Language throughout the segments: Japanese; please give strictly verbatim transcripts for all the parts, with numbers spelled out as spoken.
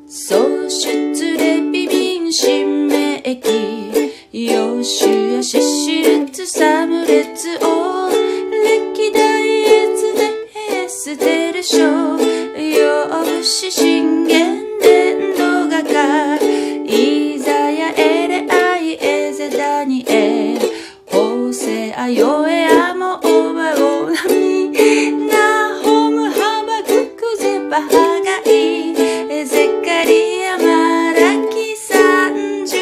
創出レビビン新明記ヨシュアシシルツサムレツオ歴代エツデエステルショヨシ信玄伝道画家イザヤエレアイエゼダニエルホセアヨエアモオバオナミナホムハバククゼバハガイゼカリアマラキ三十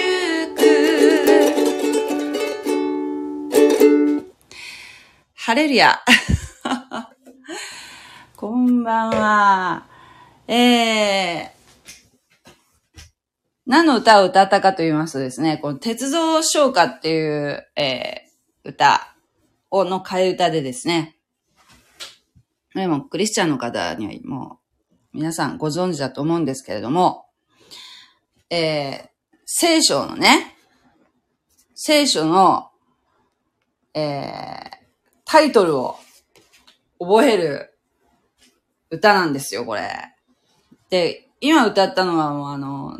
九ハレルヤこんばんは。えー、何の歌を歌ったかと言いますとですね、この鉄道唱歌っていう、えー、歌をの替え歌でですね、でもクリスチャンの方にはもう皆さんご存知だと思うんですけれども、えー、聖書のね、聖書の、えー、タイトルを覚える歌なんですよ、これ。で、今歌ったのはもうあの、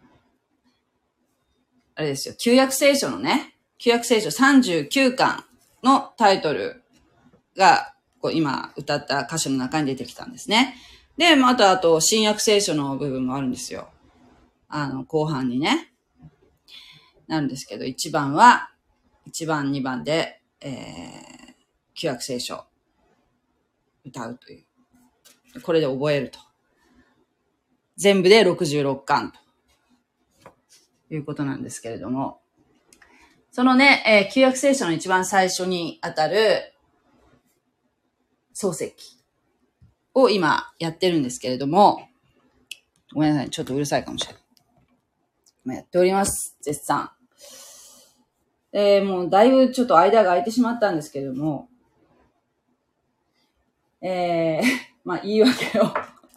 あれですよ、旧約聖書のね、旧約聖書さんじゅうきゅうかんのタイトルが、こう今歌った歌詞の中に出てきたんですね。で、またあと新約聖書の部分もあるんですよ。あの、後半にね。なんですけど、いちばんは、いちばん、にばんで、えー、旧約聖書歌うという。これで覚えると。全部でろくじゅうろっかんということなんですけれども、そのね、えー、旧約聖書の一番最初にあたる創世記を今やってるんですけれども、ごめんなさい、ちょっとうるさいかもしれない。今やっております、絶賛。えー、もうだいぶちょっと間が空いてしまったんですけれども、えー、まあ言い訳を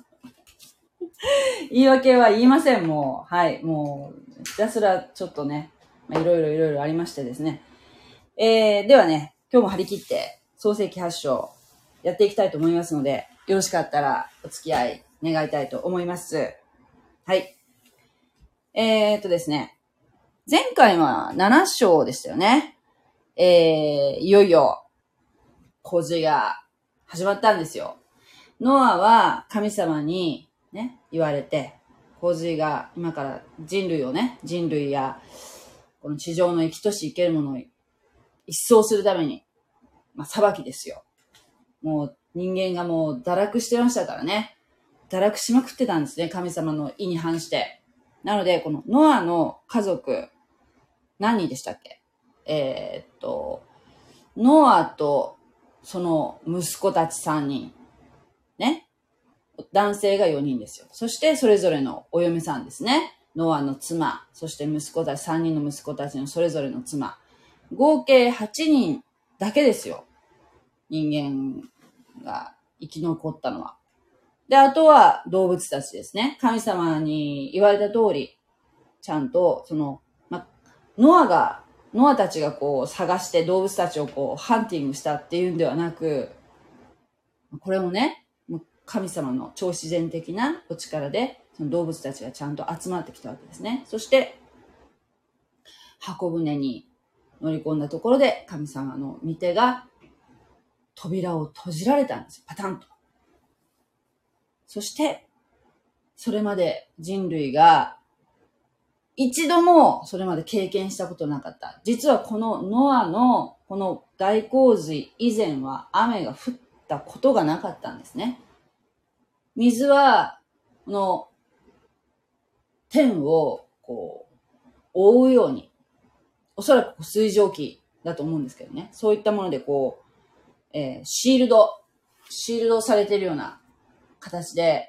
言い訳は言いません、もう。はい、もう、ひたすらちょっとね、まあ、いろいろいろいろありましてですね。えー、ではね、今日も張り切って、創世記はち章やっていきたいと思いますので、よろしかったらお付き合い願いたいと思います。はい。えーっとですね、前回はなな章でしたよね。えー、いよいよ、洪水が始まったんですよ。ノアは神様にね、言われて、洪水が今から人類をね、人類やこの地上の生きとし生けるものを一掃するために、まあ、裁きですよ。もう人間がもう堕落してましたからね。堕落しまくってたんですね、神様の意に反して。なので、このノアの家族、何人でしたっけ？えー、っと、ノアとその息子たちさんにん。ね。男性がよにんですよ。そしてそれぞれのお嫁さんですね。ノアの妻、そして息子たち、さんにんの息子たちのそれぞれの妻。合計はちにんだけですよ。人間が生き残ったのは。で、あとは動物たちですね。神様に言われた通り、ちゃんと、その、ま、ノアが、ノアたちがこう探して動物たちをこうハンティングしたっていうんではなく、これもね、神様の超自然的なお力で、その動物たちがちゃんと集まってきたわけですね。そして、箱舟に乗り込んだところで、神様の御手が扉を閉じられたんですよ。パタンと。そして、それまで人類が一度もそれまで経験したことなかった。実はこのノアのこの大洪水以前は雨が降ったことがなかったんですね。水は、この天をこう覆うように、おそらく水蒸気だと思うんですけどね。そういったものでこう、えー、シールド、シールドされているような形で、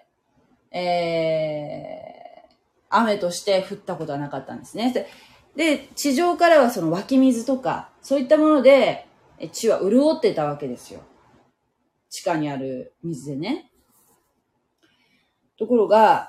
えー、雨として降ったことはなかったんですね。で、で地上からはその湧き水とか、そういったもので地は潤ってたわけですよ。地下にある水でね。ところが、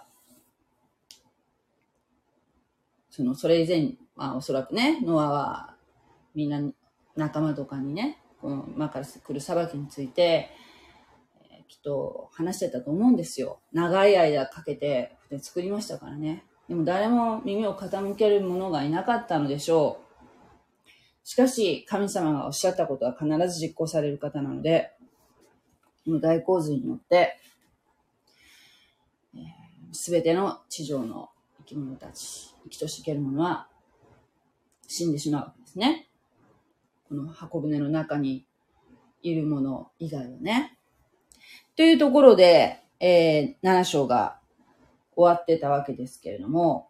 その、それ以前、まあおそらくね、ノアはみんな仲間とかにね、この今から来る裁きについて、 きっと話してたと思うんですよ。長い間かけて船作りましたからね。でも誰も耳を傾ける者がいなかったのでしょう。しかし、神様がおっしゃったことは必ず実行される方なので、この大洪水によって、すべての地上の生き物たち、生きとし生けるものは死んでしまうわけですね。この箱舟の中にいるもの以外はね。というところで、えー、なな章が終わってたわけですけれども、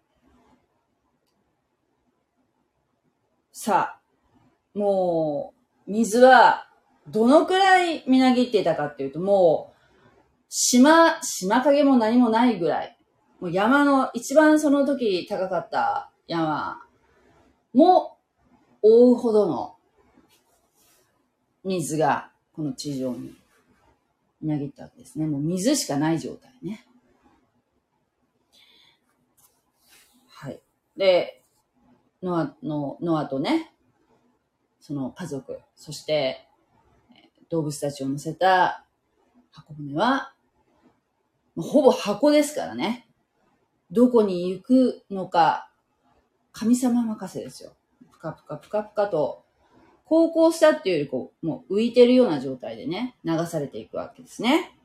さあ、もう、水はどのくらいみなぎっていたかっていうと、もう、島、島影も何もないぐらい、もう山の一番その時高かった山も覆うほどの水がこの地上にみなぎったわけですね。もう水しかない状態ね。はい。で、ノアの、ノアとね、その家族、そして動物たちを乗せた箱舟は、ほぼ箱ですからね。どこに行くのか、神様任せですよ。ぷかぷかぷかぷかと、航行したっていうよりこう、もう浮いてるような状態でね、流されていくわけですね。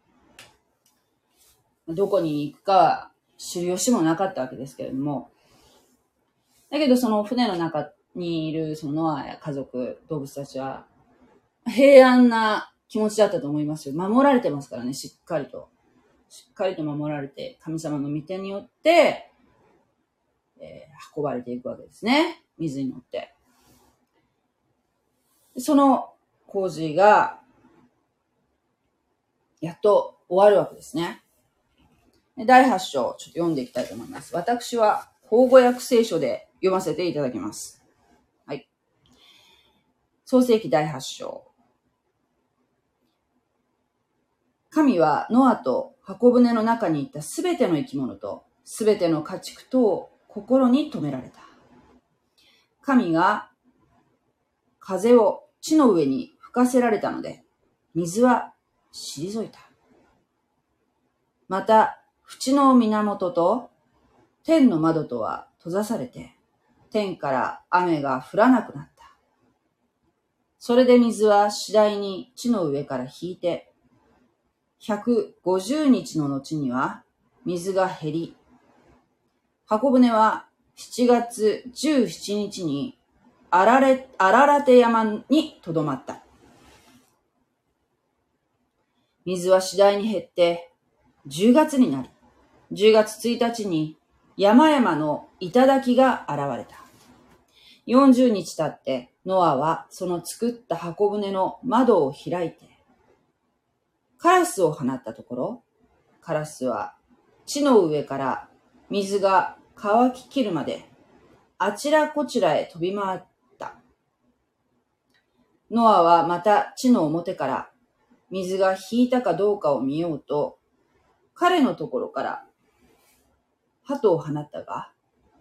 どこに行くかは知る由もなかったわけですけれども、だけどその船の中にいるそのノアや家族、動物たちは平安な気持ちだったと思いますよ。守られてますからね、しっかりと。しっかりと守られて、神様の御手によって、えー、運ばれていくわけですね。水に乗って。その洪水が、やっと終わるわけですね。だいはち章、ちょっと読んでいきたいと思います。私は、口語訳聖書で読ませていただきます。はい。創世記だいはち章。神はノアと箱舟の中にいたすべての生き物とすべての家畜とを心に留められた。神が風を地の上に吹かせられたので、水は退いた。また、淵の源と天の窓とは閉ざされて、天から雨が降らなくなった。それで水は次第に地の上から引いて、ひゃくごじゅうにちの後には水が減り、箱舟はしちがつじゅうしちにちにアラレ、アララテ山にとどまった。水は次第に減ってじゅうがつになり、じゅうがつついたちに山々の頂が現れた。よんじゅうにち経ってノアはその作った箱舟の窓を開いて、カラスを放ったところ、カラスは地の上から水が乾ききるまであちらこちらへ飛び回った。ノアはまた地の表から水が引いたかどうかを見ようと、彼のところから鳩を放ったが、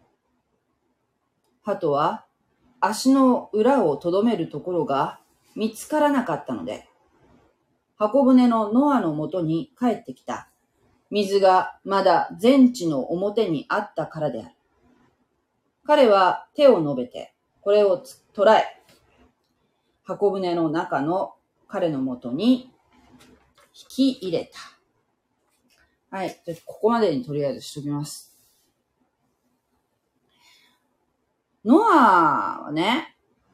鳩は足の裏をとどめるところが見つからなかったので、箱舟のノアのもとに帰ってきた。水がまだ全地の表にあったからである。彼は手を伸べて、これを捉え、箱舟の中の彼のもとに引き入れた。はい。じゃここまでにとりあえずしときます。ノアはね、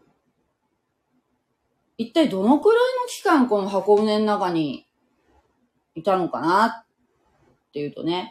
一体どのくらいの期間この箱舟の中にいたのかなっていうとね、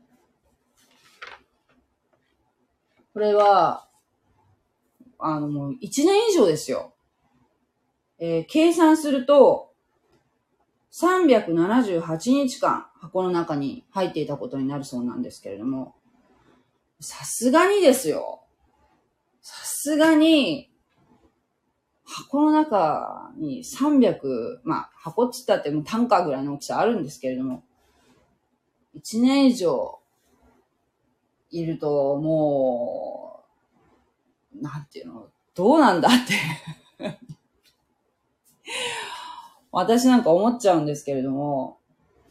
これは、あのもう一年以上ですよ。えー、計算すると、さんびゃくななじゅうはちにちかん箱の中に入っていたことになるそうなんですけれども、さすがにですよ。さすがに、箱の中にさんびゃく、まあ、箱っつったってもうタンカーぐらいの大きさあるんですけれども、いちねん以上いると、もう、なんていうの、どうなんだって私なんか思っちゃうんですけれども、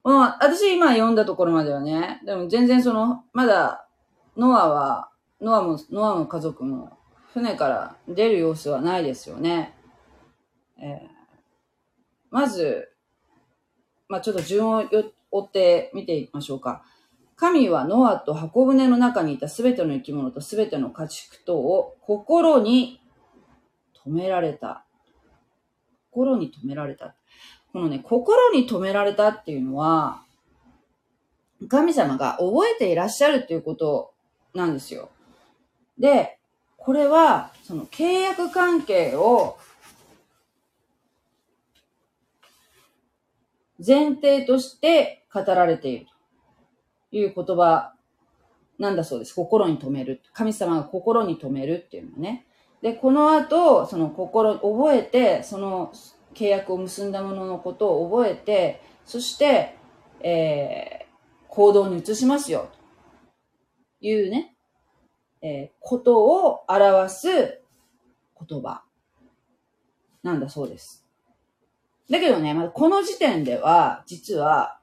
もう私今読んだところまではね、でも全然その、まだ、ノアは、ノアも、ノアの家族も、船から出る様子はないですよね。えー、まず、まあちょっと順を追って見ていきましょうか。神はノアと箱舟の中にいたすべての生き物とすべての家畜とを心に止められた。心に止められた。このね、心に止められたっていうのは、神様が覚えていらっしゃるっていうことなんですよ。で、これは、その契約関係を前提として語られているという言葉なんだそうです。心に留める。神様が心に留めるっていうのはね。で、この後、その心、覚えて、その契約を結んだもののことを覚えて、そして、えー、行動に移しますよ。というね、えー、ことを表す言葉なんだそうです。だけどね、まだこの時点では、実は、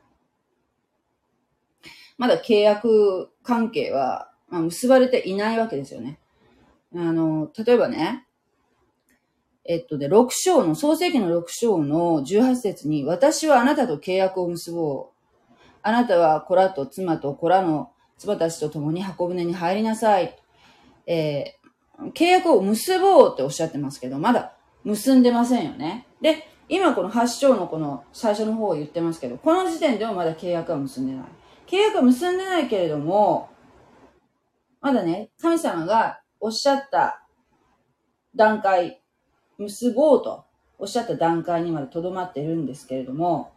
まだ契約関係は、まあ、結ばれていないわけですよね。あの、例えばね、えっとで、ろく章の、創世記のろく章のじゅうはち節に、私はあなたと契約を結ぼう。あなたは子らと妻と子らの妻たちと共に箱舟に入りなさい。えー、契約を結ぼうっておっしゃってますけど、まだ結んでませんよね。で、今このはち章のこの最初の方を言ってますけど、この時点でもまだ契約は結んでない。契約は結んでないけれども、まだね、神様がおっしゃった段階、結ぼうとおっしゃった段階にまでとどまっているんですけれども、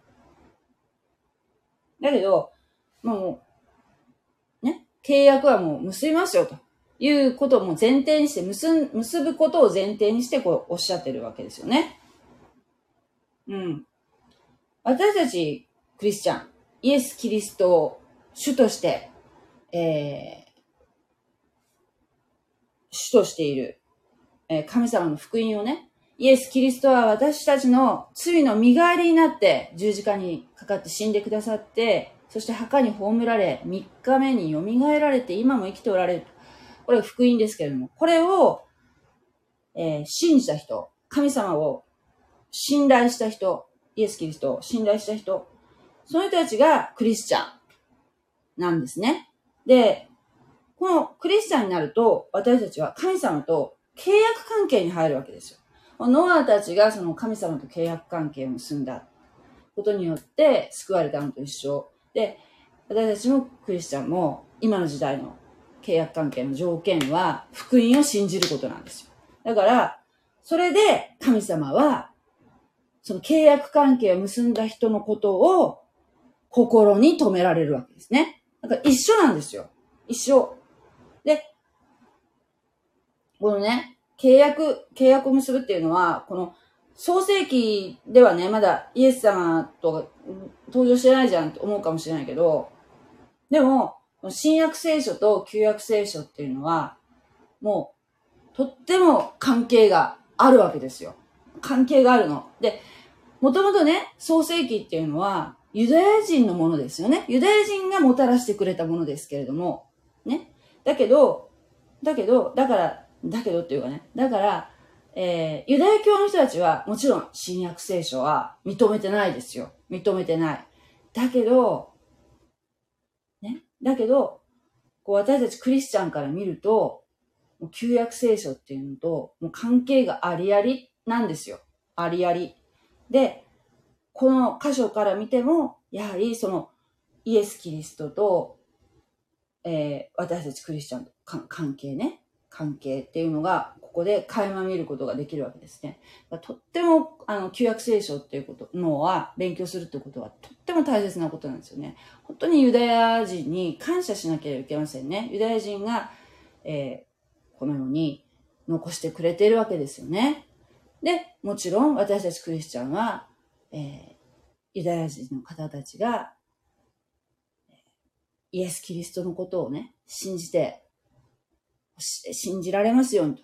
だけど、もう、ね、契約はもう結びますよということをもう前提にして、結、結ぶことを前提にしてこうおっしゃってるわけですよね。うん。私たちクリスチャン、イエス・キリストを主として、えー、主としている、えー、神様の福音をね、イエス・キリストは私たちの罪の身代わりになって十字架にかかって死んでくださって、そして墓に葬られ、みっかめによみがえられて今も生きておられる。これは福音ですけれども、これを、えー、信じた人、神様を信頼した人、イエス・キリストを信頼した人、その人たちがクリスチャンなんですね。で、このクリスチャンになると、私たちは神様と契約関係に入るわけですよ。ノアたちがその神様と契約関係を結んだことによって救われたのと一緒で、私たちもクリスチャンも今の時代の契約関係の条件は福音を信じることなんですよ。だからそれで神様はその契約関係を結んだ人のことを心に留められるわけですね。だから一緒なんですよ。一緒で、このね、契約、契約を結ぶっていうのは、この創世記ではね、まだイエス様と登場してないじゃんって思うかもしれないけど、でも、新約聖書と旧約聖書っていうのは、もう、とっても関係があるわけですよ。関係があるの。で、もともとね、創世記っていうのは、ユダヤ人のものですよね。ユダヤ人がもたらしてくれたものですけれども、ね。だけど、だけど、だから、だけどっていうかね、だから、えー、ユダヤ教の人たちはもちろん新約聖書は認めてないですよ。認めてない。だけど、ね、だけど、こう私たちクリスチャンから見ると、旧約聖書っていうのともう関係がありありなんですよ。ありあり。で、この箇所から見ても、やはりそのイエス・キリストと、えー、私たちクリスチャンと関係ね。関係っていうのが、ここで垣間見ることができるわけですね。とっても、あの、旧約聖書っていうことのは、勉強するってことは、とっても大切なことなんですよね。本当にユダヤ人に感謝しなければいけませんね。ユダヤ人が、えー、このように残してくれているわけですよね。で、もちろん私たちクリスチャンは、えー、ユダヤ人の方たちが、イエス・キリストのことをね、信じて、信じられますようにと。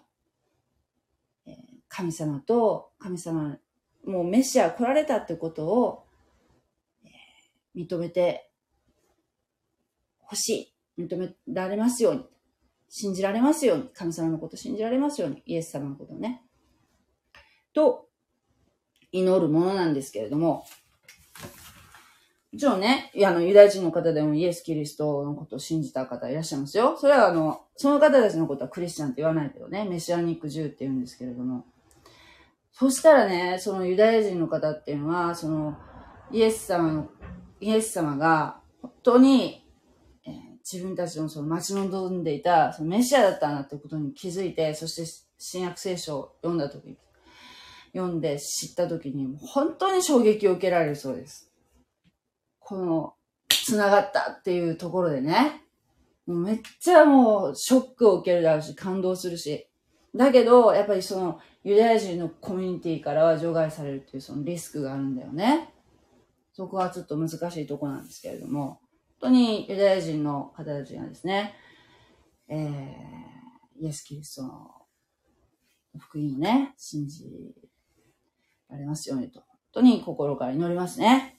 神様と、神様、もうメシア来られたってことを、 認めてほしい。認められますように。信じられますように。神様のこと信じられますように。イエス様のことをね。と、祈るものなんですけれども、もちろんね、あの、ユダヤ人の方でもイエス・キリストのことを信じた方いらっしゃいますよ。それはあの、その方たちのことはクリスチャンって言わないけどね、メシアニックジューって言うんですけれども。そしたらね、そのユダヤ人の方っていうのは、その、イエス様の、イエス様が、本当に、えー、自分たちのその待ち望んでいた、そのメシアだったんだってことに気づいて、そして新約聖書を読んだとき、読んで知ったときに、本当に衝撃を受けられるそうです。この、繋がったっていうところでね、もうめっちゃもうショックを受けるだろうし、感動するし、だけど、やっぱりその、ユダヤ人のコミュニティからは除外されるっていうそのリスクがあるんだよね。そこはちょっと難しいところなんですけれども、本当にユダヤ人の方たちがですね、えー、イエス・キリストの福音をね、信じられますようにと、本当に心から祈りますね。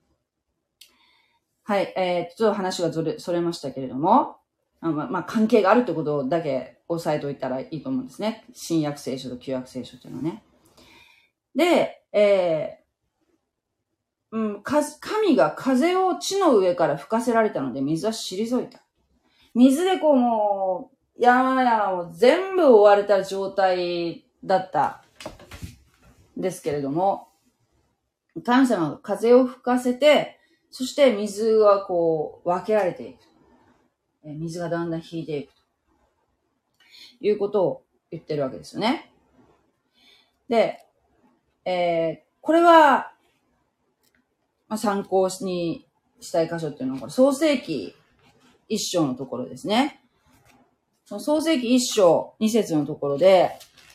はい、えー、ちょっと話がずれ、それましたけれども、あまあ、まあ、関係があるってことだけ押さえておいたらいいと思うんですね。新約聖書と旧約聖書というのはね。で、えー、うん、神が風を地の上から吹かせられたので水は退いた。水でこうもう、山々を全部覆われた状態だったんですけれども、神様が風を吹かせて、そして水はこう分けられていく。水がだんだん引いていくということを言ってるわけですよね。で、えー、これは、まあ、参考にしたい箇所っていうのは、これ創世記一章のところですね。その創世記一章二節のところで、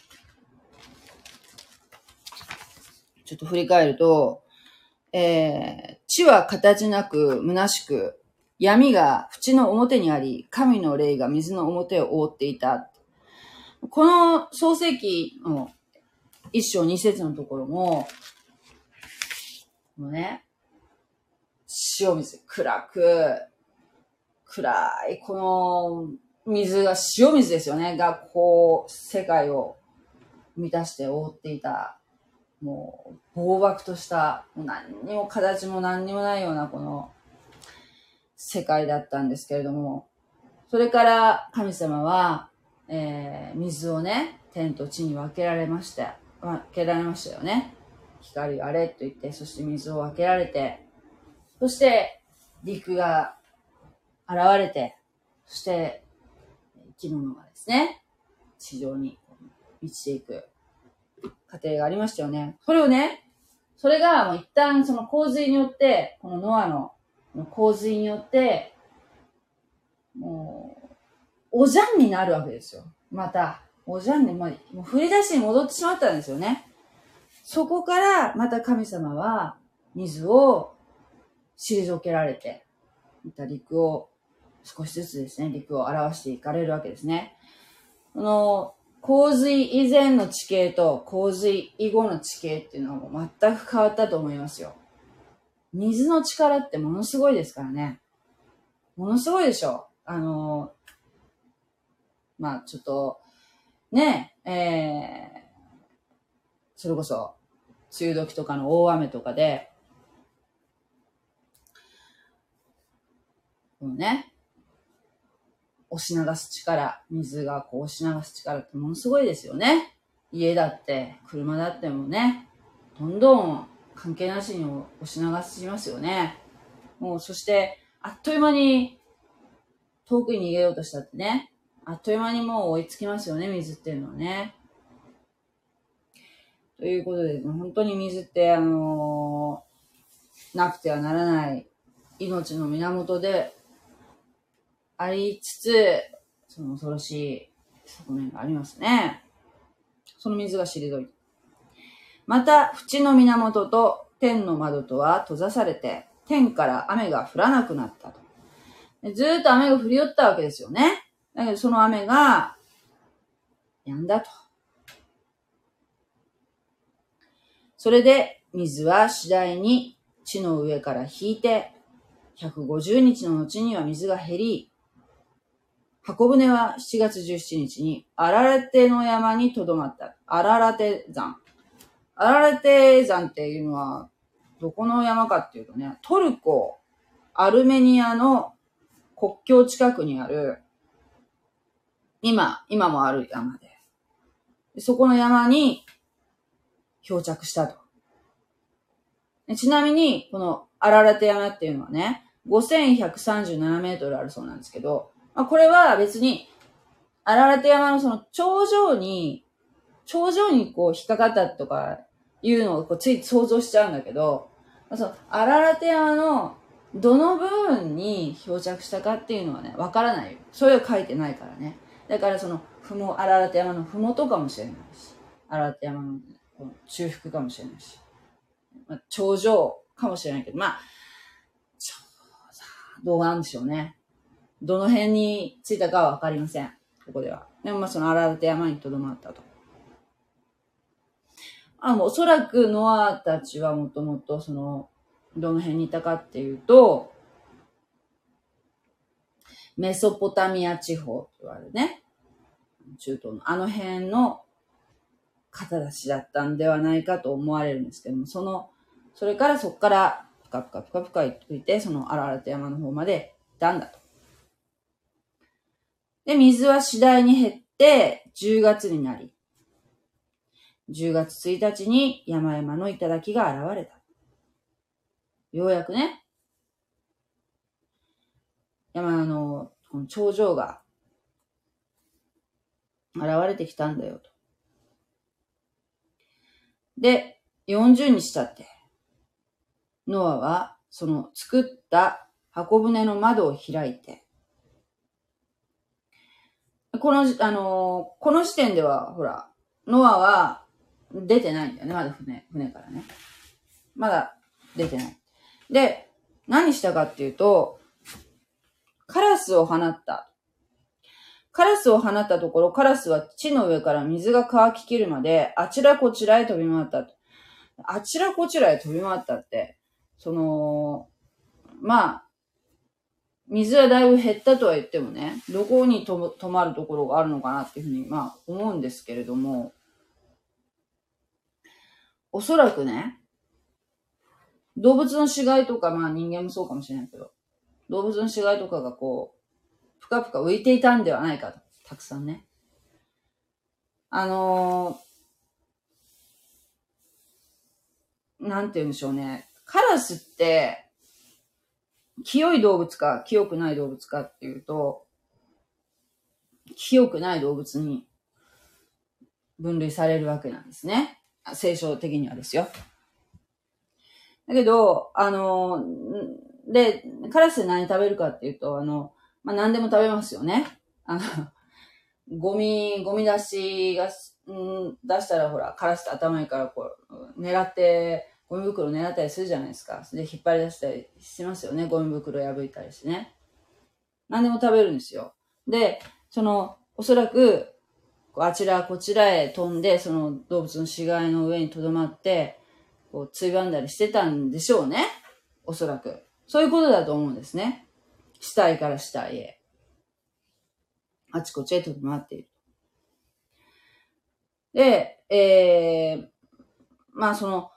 ちょっと振り返ると、えー、地は形なく虚しく、闇が淵の表にあり、神の霊が水の表を覆っていた。この創世記の一章二節のところも、このね、塩水、暗く、暗い、この水が塩水ですよね、がこう、世界を満たして覆っていた。もう、暴漠とした、もう何にも形も何にもないようなこの世界だったんですけれども、それから神様は、えー、水をね、天と地に分けられました。分けられましたよね。光あれと言って、そして水を分けられて、そして陸が現れて、そして生き物がですね、地上に満ちていく過程がありましたよね。それをね、それがもう一旦その洪水によって、このノアの洪水によって、もう、おじゃんになるわけですよ。また、おじゃんに、もう振り出しに戻ってしまったんですよね。そこから、また神様は、水を退けられて、また陸を、少しずつですね、陸を表していかれるわけですね。この、洪水以前の地形と洪水以後の地形っていうのはもう全く変わったと思いますよ。水の力ってものすごいですからね。ものすごいでしょ。あの、まあちょっと、ね、えー、それこそ、梅雨時とかの大雨とかで、このね、押し流す力、水がこう押し流す力ってものすごいですよね。家だって、車だってもね、どんどん関係なしに押し流しますよね。もう、そして、あっという間に遠くに逃げようとしたってね、あっという間にもう追いつきますよね、水っていうのはね。ということで、本当に水って、あのー、なくてはならない命の源でありつつ、その恐ろしい側面がありますね。その水が退いた。また、淵の源と天の窓とは閉ざされて、天から雨が降らなくなったと。ずーっと雨が降り寄ったわけですよね。だけどその雨が止んだと。それで水は次第に地の上から引いて、 ひゃくごじゅうにちの後には水が減り、箱舟はしちがつじゅうしちにちに荒ラテの山にとどまった。荒ラテ山。荒ラテ山っていうのは、どこの山かっていうとね、トルコ、アルメニアの国境近くにある、今、今もある山で。でそこの山に漂着したと。でちなみに、この荒ラテ山っていうのはね、ごせんひゃくさんじゅうななメートルあるそうなんですけど、まあ、これは別に、荒ラテ山のその頂上に、頂上にこう引っかかったとかいうのをこうつい想像しちゃうんだけど、まあ、その荒ラテ山のどの部分に漂着したかっていうのはね、わからないよ。それは書いてないからね。だからその、ふも、荒ラテ山のふもとかもしれないし、荒ラテ山の中腹かもしれないし、まあ、頂上かもしれないけど、まあ、ちょどうなんでしょうね。どの辺に着いたかはわかりません。ここでは。でもまあその荒ラテ山にとどまったと。あの、おそらくノアたちはもともとその、どの辺にいたかっていうと、メソポタミア地方と言われるね。中東のあの辺の方たちだったんではないかと思われるんですけども、その、それからそこからぷかぷかぷかぷか行って、その荒ラテ山の方まで行ったんだと。で、水は次第に減ってじゅうがつになり、じゅうがつついたちに山々の頂が現れた。ようやくね、山のこの頂上が現れてきたんだよと。で、よんじゅうにち経って、ノアはその作った箱舟の窓を開いて、この、あのー、この時点では、ほら、ノアは出てないんだよね、まだ船、船からね。まだ出てない。で、何したかっていうと、カラスを放った。カラスを放ったところ、カラスは地の上から水が乾ききるまで、あちらこちらへ飛び回った。あちらこちらへ飛び回ったって、その、まあ、水はだいぶ減ったとは言ってもね、どこに止まるところがあるのかなっていうふうに、まあ、思うんですけれども、おそらくね、動物の死骸とか、まあ人間もそうかもしれないけど、動物の死骸とかがこう、ぷかぷか浮いていたんではないかと。たくさんね。あのー、なんて言うんでしょうね。カラスって、清い動物か清くない動物かっていうと、清くない動物に分類されるわけなんですね。聖書的にはですよ。だけど、あの、で、カラスで何食べるかっていうと、あの、まあ、何でも食べますよね。あの、ゴミ、ゴミ出しが、ん出したらほら、カラスって頭いいからこう、狙って、ゴミ袋狙ったりするじゃないですか。で、引っ張り出したりしますよね。ゴミ袋破いたりしてね。何でも食べるんですよ。で、その、おそらく、あちらこちらへ飛んで、その動物の死骸の上に留まって、こう、ついばんだりしてたんでしょうね。おそらく。そういうことだと思うんですね。死体から死体へ。あちこちへ飛び回っている。で、えー、まあその、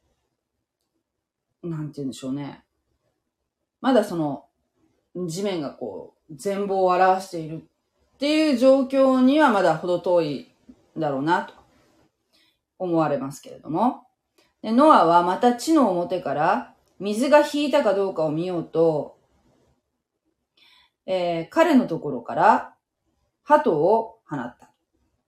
なんて言うんでしょうね。まだその、地面がこう、全貌を表しているっていう状況にはまだ程遠いだろうなと思われますけれども。でノアはまた地の表から水が引いたかどうかを見ようと、えー、彼のところから鳩を放った。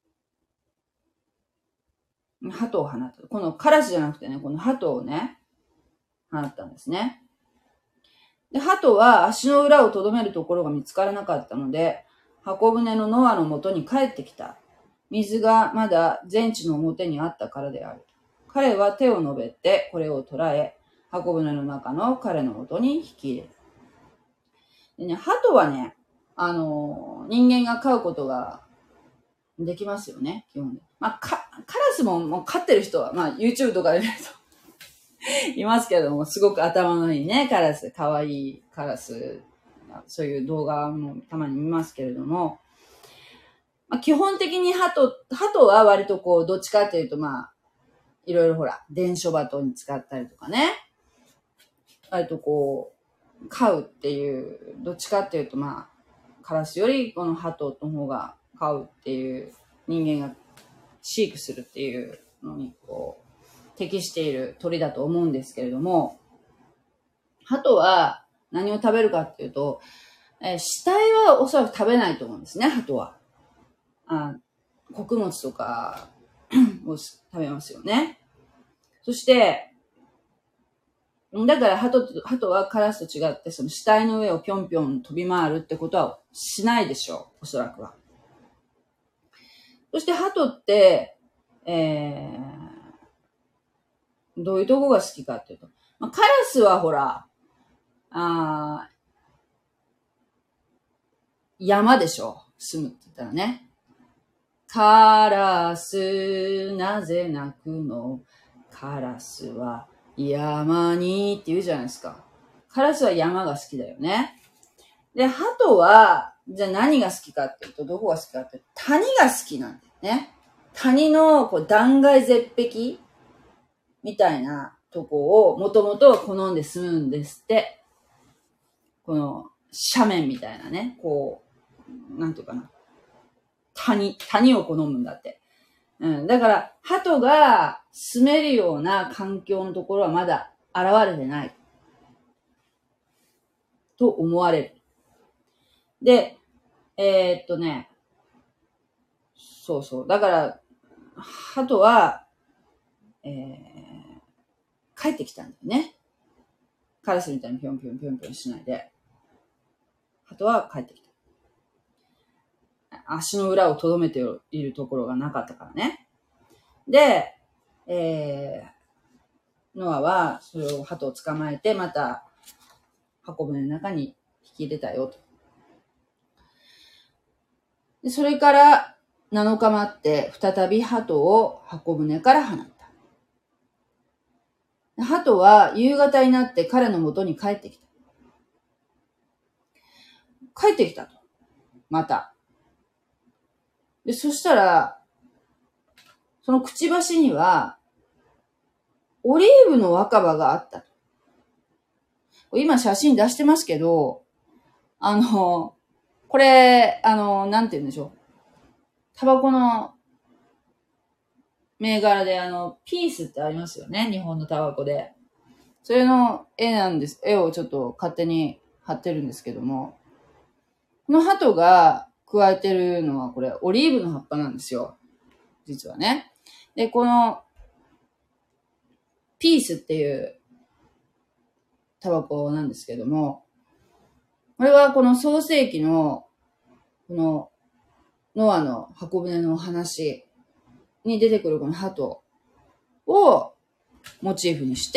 鳩を放った。このカラスじゃなくてね、この鳩をね、放ったんですね。で、鳩は足の裏をとどめるところが見つからなかったので、箱舟のノアのもとに帰ってきた。水がまだ全地の表にあったからである。彼は手を伸べてこれを捉え、箱舟の中の彼のもとに引き入れた。でね、鳩はね、あのー、人間が飼うことができますよね、基本で。まあ、か、カラスももう飼ってる人は、まあ、YouTube とかで見ると、 いますけれども、すごく頭のいいね、カラス、可愛いカラス、そういう動画もたまに見ますけれども、まあ、基本的に鳩、鳩は割とこう、どっちかっていうとまあ、いろいろほら、伝書鳩に使ったりとかね、割とこう、飼うっていう、どっちかっていうとまあ、カラスよりこの鳩の方が飼うっていう人間が飼育するっていうのにこう、適している鳥だと思うんですけれども、鳩は何を食べるかっていうと、えー、死体はおそらく食べないと思うんですね、鳩は。あ、穀物とかを食べますよね。そして、だから鳩と、鳩はカラスと違って、その死体の上をぴょんぴょん飛び回るってことはしないでしょう、おそらくは。そして鳩って、えー、どういうとこが好きかっていうと、まあ、カラスはほら、あ山でしょう、住むって言ったらね。カラス、なぜ鳴くの？カラスは山にって言うじゃないですか。カラスは山が好きだよね。で、鳩は、じゃあ何が好きかっていうと、どこが好きかっていうと、谷が好きなんだよね。谷のこう断崖絶壁みたいなとこをもともと好んで住むんですって。この斜面みたいなね、こう、なんていうかな。谷、谷を好むんだって。うん。だから、鳩が住めるような環境のところはまだ現れてない。と思われる。で、えー、っとね、そうそう。だから、鳩は、えー、帰ってきたんだよね。カラスみたいにぴょんぴょんぴょんぴょんしないで。鳩は帰ってきた。足の裏をとどめているところがなかったからね。で、えー、ノアはそれを鳩を捕まえて、また箱舟の中に引き入れたよと。でそれからなのか待って、再び鳩を箱舟から放った。鳩は夕方になって彼の元に帰ってきた。帰ってきたと。また。で、そしたら、そのくちばしには、オリーブの若葉があったと。今写真出してますけど、あの、これ、あの、なんて言うんでしょう。タバコの銘柄で、あの、ピースってありますよね。日本のタバコで。それの絵なんです。絵をちょっと勝手に貼ってるんですけども。この鳩が加えてるのはこれ、オリーブの葉っぱなんですよ。実はね。で、この、ピースっていうタバコなんですけども、これはこの創世記の、この、ノアの箱舟の話に出てくるこの鳩をモチーフにして、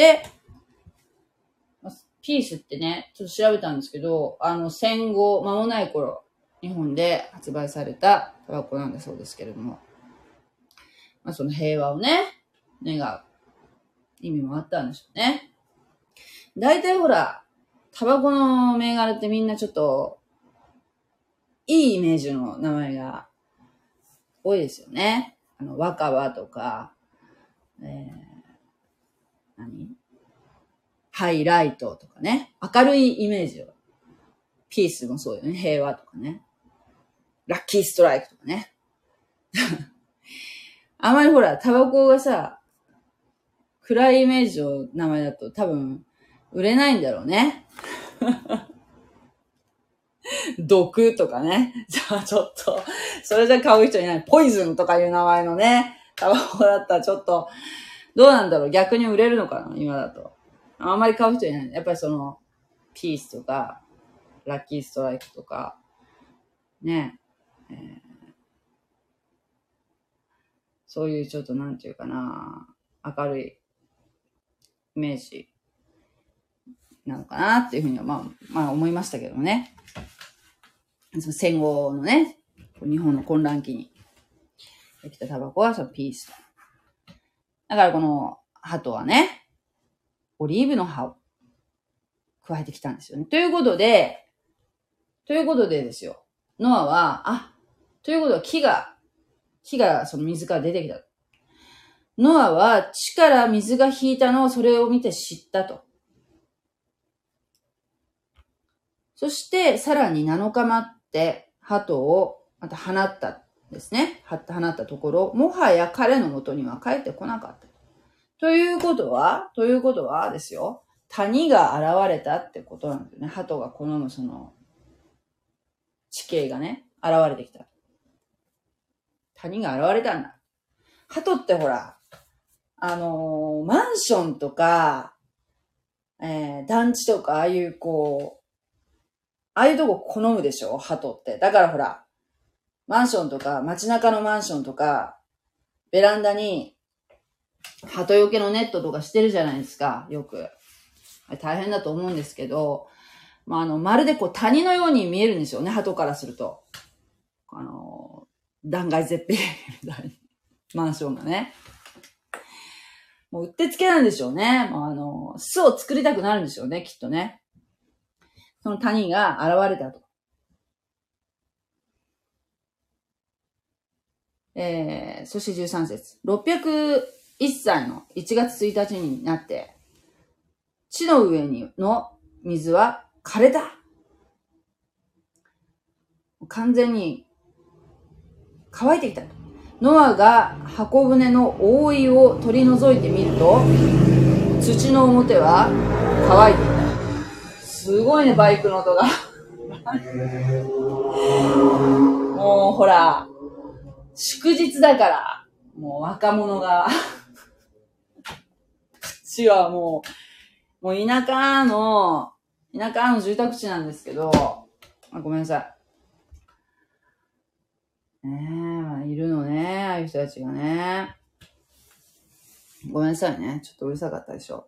ピースってね、ちょっと調べたんですけど、あの戦後間もない頃、日本で発売されたタバコなんだそうですけれども、まあその平和をね、願う意味もあったんでしょうね。大体ほら、タバコの銘柄ってみんなちょっと、いいイメージの名前が多いですよね。あの、若葉とか、えー、何ハイライトとかね。明るいイメージを。ピースもそうよね。平和とかね。ラッキーストライクとかね。あまりほら、タバコがさ、暗いイメージの名前だと多分、売れないんだろうね。毒とかね。じゃあちょっと、それじゃ買う人いない。ポイズンとかいう名前のね、タバコだったらちょっと、どうなんだろう。逆に売れるのかな今だと。あんまり買う人いない。やっぱりその、ピースとか、ラッキーストライクとか、ね、えー、そういうちょっとなんていうかな、明るいイメージなのかなっていうふうには、まあ、まあ思いましたけどね。その戦後のね、日本の混乱期にできたタバコはそのピースと。だからこの鳩はね、 オリーブの葉を加えてきたんですよね。ということで、ということでですよ。ノアは、あ、ということは木が、木がその水から出てきた。ノアは地から水が引いたのをそれを見て知ったと。そしてさらになのか待って鳩をまた放ったんですね。放ったところ、もはや彼のもとには帰ってこなかった。ということは、ということはですよ。谷が現れたってことなんですよね。鳩が好むその地形がね、現れてきた。谷が現れたんだ。鳩ってほら、あのー、マンションとか、えー、団地とか、ああいうこう、ああいうとこ好むでしょ鳩って。だからほら、マンションとか、街中のマンションとか、ベランダに、鳩よけのネットとかしてるじゃないですか、よく。大変だと思うんですけど、まあ、あの、まるでこう谷のように見えるんですよね、鳩からすると。あの、断崖絶壁みたいに、マンションがね。もううってつけなんでしょうね。もうあの、巣を作りたくなるんでしょうね、きっとね。その谷が現れたと。えー、そしてじゅうさん節。ろっぴゃくいっさいのいちがつついたちになって、地の上にの水は枯れた。完全に乾いてきた。ノアが箱舟の覆いを取り除いてみると、土の表は乾いていた。すごいね、バイクの音が。もうほら、祝日だから、もう若者が、こっちはもう、もう田舎の、田舎の住宅地なんですけど、あごめんなさい。ねえ、いるのね、ああいう人たちがね。ごめんなさいね、ちょっとうるさかったでしょ。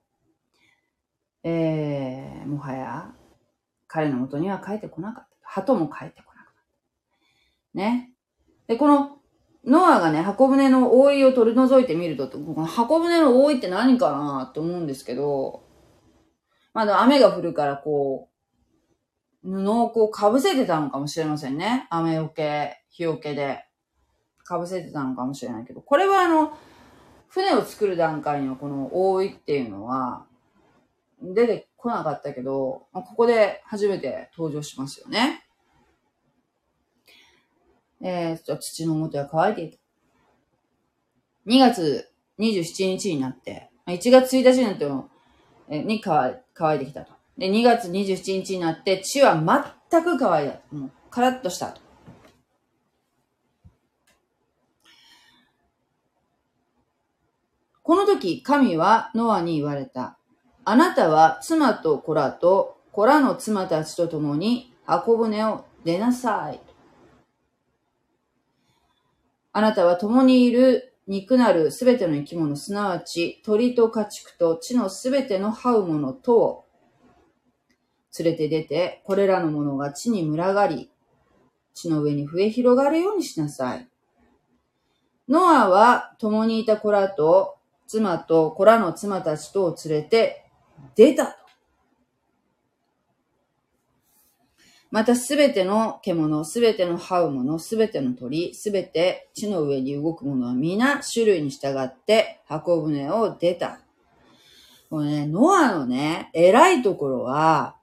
えー、もはや、彼の元には帰ってこなかった。鳩も帰ってこなかった。ね。で、この、ノアがね、箱舟の覆いを取り除いてみると、この箱舟の覆いって何かなと思うんですけど、まだ雨が降るからこう、布をこう被せてたのかもしれませんね。雨よけ、日よけで被せてたのかもしれないけど、これはあの、船を作る段階のこの覆いっていうのは、出てこなかったけど、ここで初めて登場しますよね。えー、土の表は乾いていた。にがつにじゅうしちにちになって、いちがつついたちになっても、えー、に乾いてきたと。で、にがつにじゅうしちにちになって、地は全く乾いた。もう、カラッとしたと。この時、神はノアに言われた。あなたは妻と子らと、子らの妻たちと共に箱舟を出なさい。あなたは共にいる肉なるすべての生き物、すなわち鳥と家畜と地のすべての這うものとを連れて出て、これらのものが地に群がり、地の上に増え広がるようにしなさい。ノアは共にいた子らと妻と子らの妻たちとを連れて出たと。またすべての獣、すべての這うもの、すべての鳥、すべて地の上に動くものは皆種類に従って箱舟を出た。このね、ノアのね、偉いところは、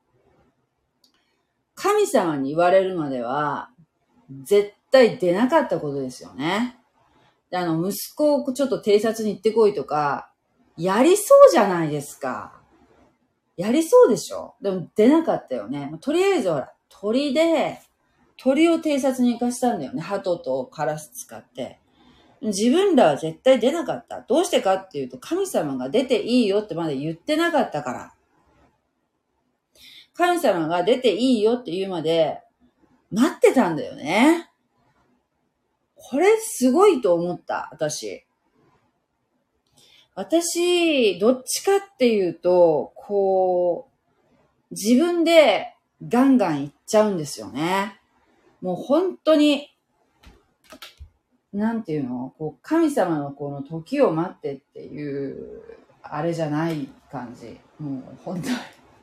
神様に言われるまでは、絶対出なかったことですよね。で、あの、息子をちょっと偵察に行ってこいとか、やりそうじゃないですか。やりそうでしょ？でも出なかったよね。とりあえずほら、鳥で、鳥を偵察に行かしたんだよね。鳩とカラス使って。自分らは絶対出なかった。どうしてかっていうと、神様が出ていいよってまだ言ってなかったから。神様が出ていいよって言うまで、待ってたんだよね。これすごいと思った、私。私、どっちかっていうと、こう、自分でガンガン行っちゃうんですよね。もう本当に、なんていうのこう神様のこの時を待ってっていう、 あれじゃない感じ。もう本当に。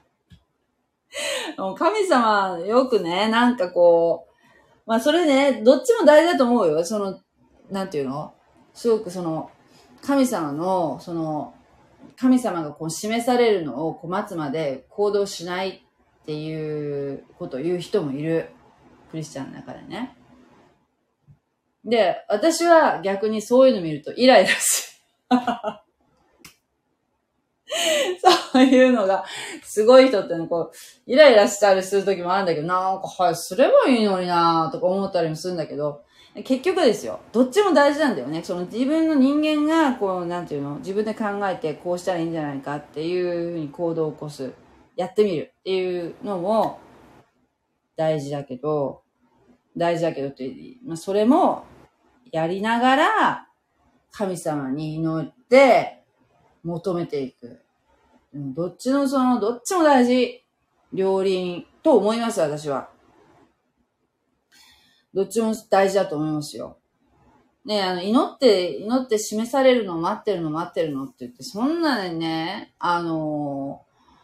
もう神様、よくね、なんかこう、まあそれね、どっちも大事だと思うよ。その、なんていうの？すごくその、神様の、その、神様がこう示されるのをこう待つまで行動しないっていうことを言う人もいる。クリスチャンの中でね。で、私は逆にそういうの見るとイライラする。そういうのが、すごい人ってのこう、イライラしたりする時もあるんだけど、なんか、はい、すればいいのになとか思ったりもするんだけど、結局ですよ、どっちも大事なんだよね。その自分の人間が、こう、なんていうの、自分で考えてこうしたらいいんじゃないかっていうふうに行動を起こす。やってみるっていうのも大事だけど、大事だけどって、まあ、それもやりながら神様に祈って求めていく。どっちのその、どっちも大事。両輪と思います、私は。どっちも大事だと思いますよ。ね、あの、祈って、祈って示されるの待ってるの待ってるのって言って、そんなにね、あの、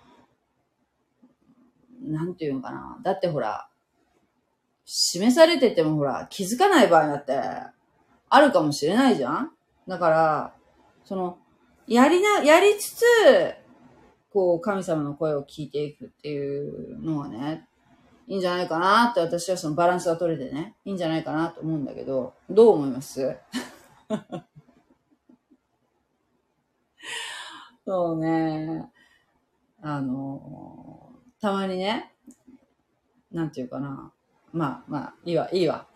なんていうのかな。だってほら、示されててもほら、気づかない場合だって、あるかもしれないじゃん？だから、その、やりな、やりつつ、こう、神様の声を聞いていくっていうのはね、いいんじゃないかなって私はそのバランスが取れてね、いいんじゃないかなと思うんだけど、どう思います？そうね、あの、たまにね、なんていうかな、まあまあ、いいわ、いいわ。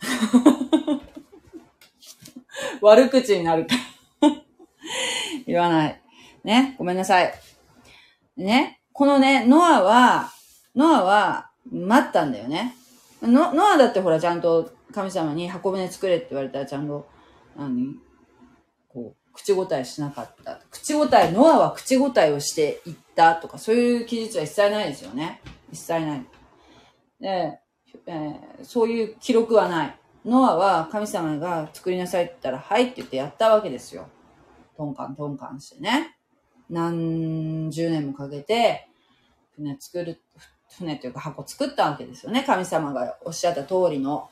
悪口になるから言わない。ね、ごめんなさい。ね、このね、ノアは、ノアは待ったんだよね。ノノアだってほらちゃんと神様に箱舟作れって言われたらちゃんと、何こう、口答えしなかった。口答え、ノアは口答えをしていったとか、そういう記述は一切ないですよね。一切ない。で、えー、そういう記録はない。ノアは神様が作りなさいって言ったら、はいって言ってやったわけですよ。トンカントンカンしてね。何十年もかけて、船作る、船というか箱作ったわけですよね。神様がおっしゃった通りの。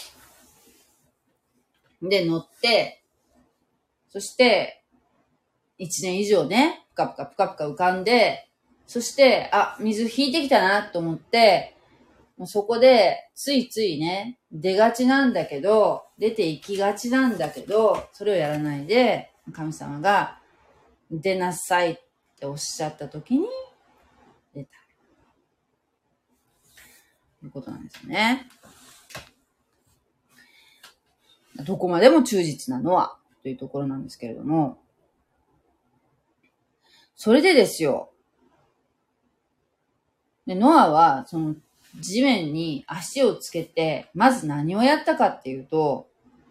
で、乗って、そして、一年以上ね、ぷかぷかぷかぷか浮かんで、そして、あ、水引いてきたなと思って、もうそこで、ついついね、出がちなんだけど、出て行きがちなんだけど、それをやらないで、神様が、出なさいっておっしゃった時に、出た。ということなんですね。どこまでも忠実なのは、というところなんですけれども、それでですよ。で、ノアは、その、地面に足をつけて、まず何をやったかっていうと、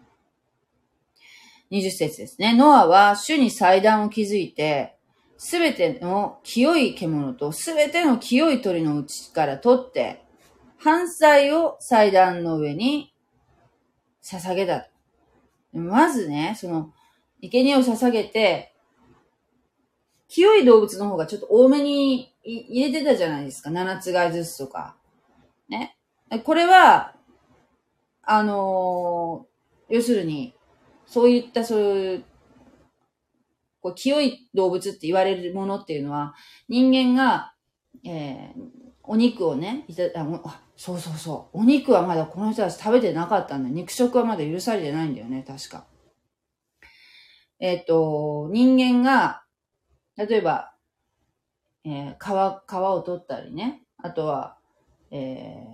にじゅっ節ですね。ノアは主に祭壇を築いて、すべての清い獣とすべての清い鳥のうちから取って、燔祭を祭壇の上に捧げた。まずね、その、生贄を捧げて、清い動物の方がちょっと多めに入れてたじゃないですか。七つがいずつとか。ね。これは、あのー、要するに、そういった、そういう、こう清い動物って言われるものっていうのは、人間が、えー、お肉をね、いたあ、そうそうそう。お肉はまだこの人たち食べてなかったんだ。肉食はまだ許されてないんだよね、確か。えっと、人間が、例えば、えー、皮、皮を取ったりね。あとは、え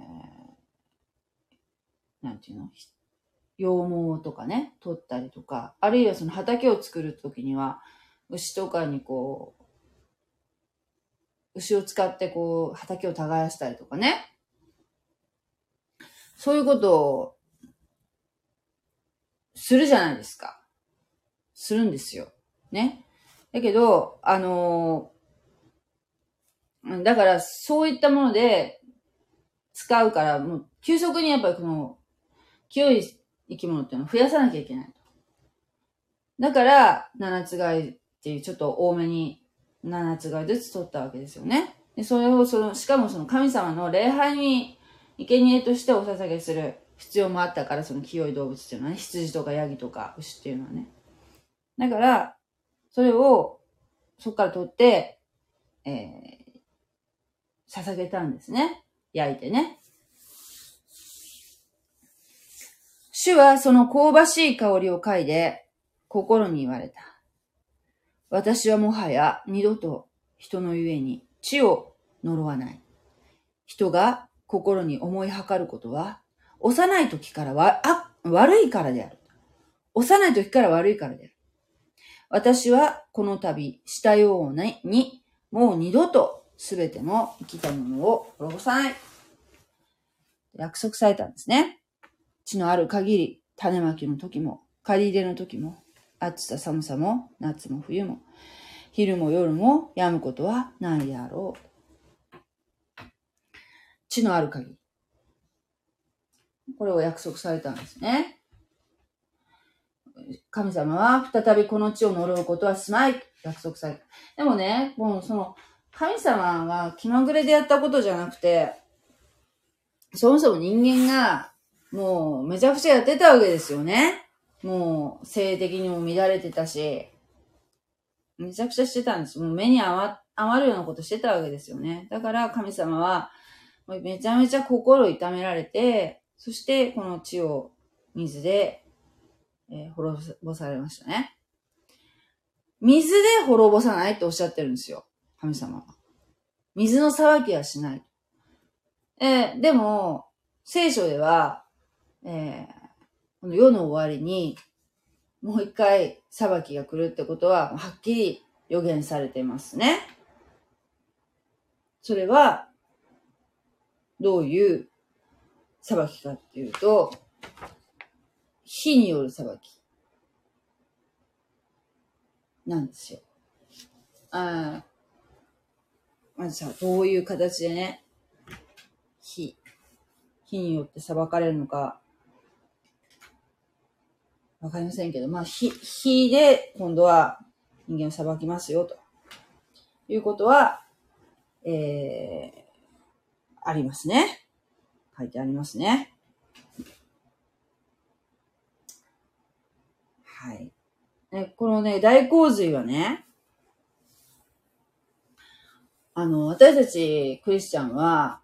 ー、なんていうの羊毛とかね、取ったりとか、あるいはその畑を作るときには、牛とかにこう、牛を使ってこう、畑を耕したりとかね。そういうことを、するじゃないですか。するんですよ。ね。だけど、あのー、だからそういったもので使うから、もう急速にやっぱりこの、清い生き物っていうのを増やさなきゃいけないと。だから、七つがいっていうちょっと多めにななつがいずつ取ったわけですよね。で、それをその、しかもその神様の礼拝に生贄としてお捧げする必要もあったから、その清い動物っていうのはね、羊とかヤギとか牛っていうのはね。だから、それをそこから取って、えー、捧げたんですね。焼いてね。主はその香ばしい香りを嗅いで心に言われた。私はもはや二度と人のゆえに地を呪わない。人が心に思いはかることは、幼い時からは、あ、悪いからである。幼い時から悪いからである。私はこの度したように、もう二度とすべての生きたものを滅ぼさない。約束されたんですね。地のある限り、種まきの時も、借り入れの時も、暑さ寒さも、夏も冬も、昼も夜も止むことはないであろう。地のある限り。これを約束されたんですね。神様は再びこの地を呪うことはしないと約束された。でもね、もうその神様が気まぐれでやったことじゃなくて、そもそも人間がもうめちゃくちゃやってたわけですよね。もう性的にも乱れてたし、めちゃくちゃしてたんです。もう目に余るようなことしてたわけですよね。だから神様はめちゃめちゃ心を痛められて、そしてこの地を水で、えー、滅ぼされましたね。水で滅ぼさないっておっしゃってるんですよ。神様は。水の裁きはしない。えー、でも、聖書では、えー、この世の終わりに、もう一回裁きが来るってことは、はっきり予言されてますね。それは、どういう裁きかっていうと、火による裁きなんですよ。あまずさ、どういう形でね、火、火によって裁かれるのか、わかりませんけど、まあ、火、火で今度は人間を裁きますよ、ということは、えー、ありますね。書いてありますね。はい。ね、このね、大洪水はね、あの、私たちクリスチャンは、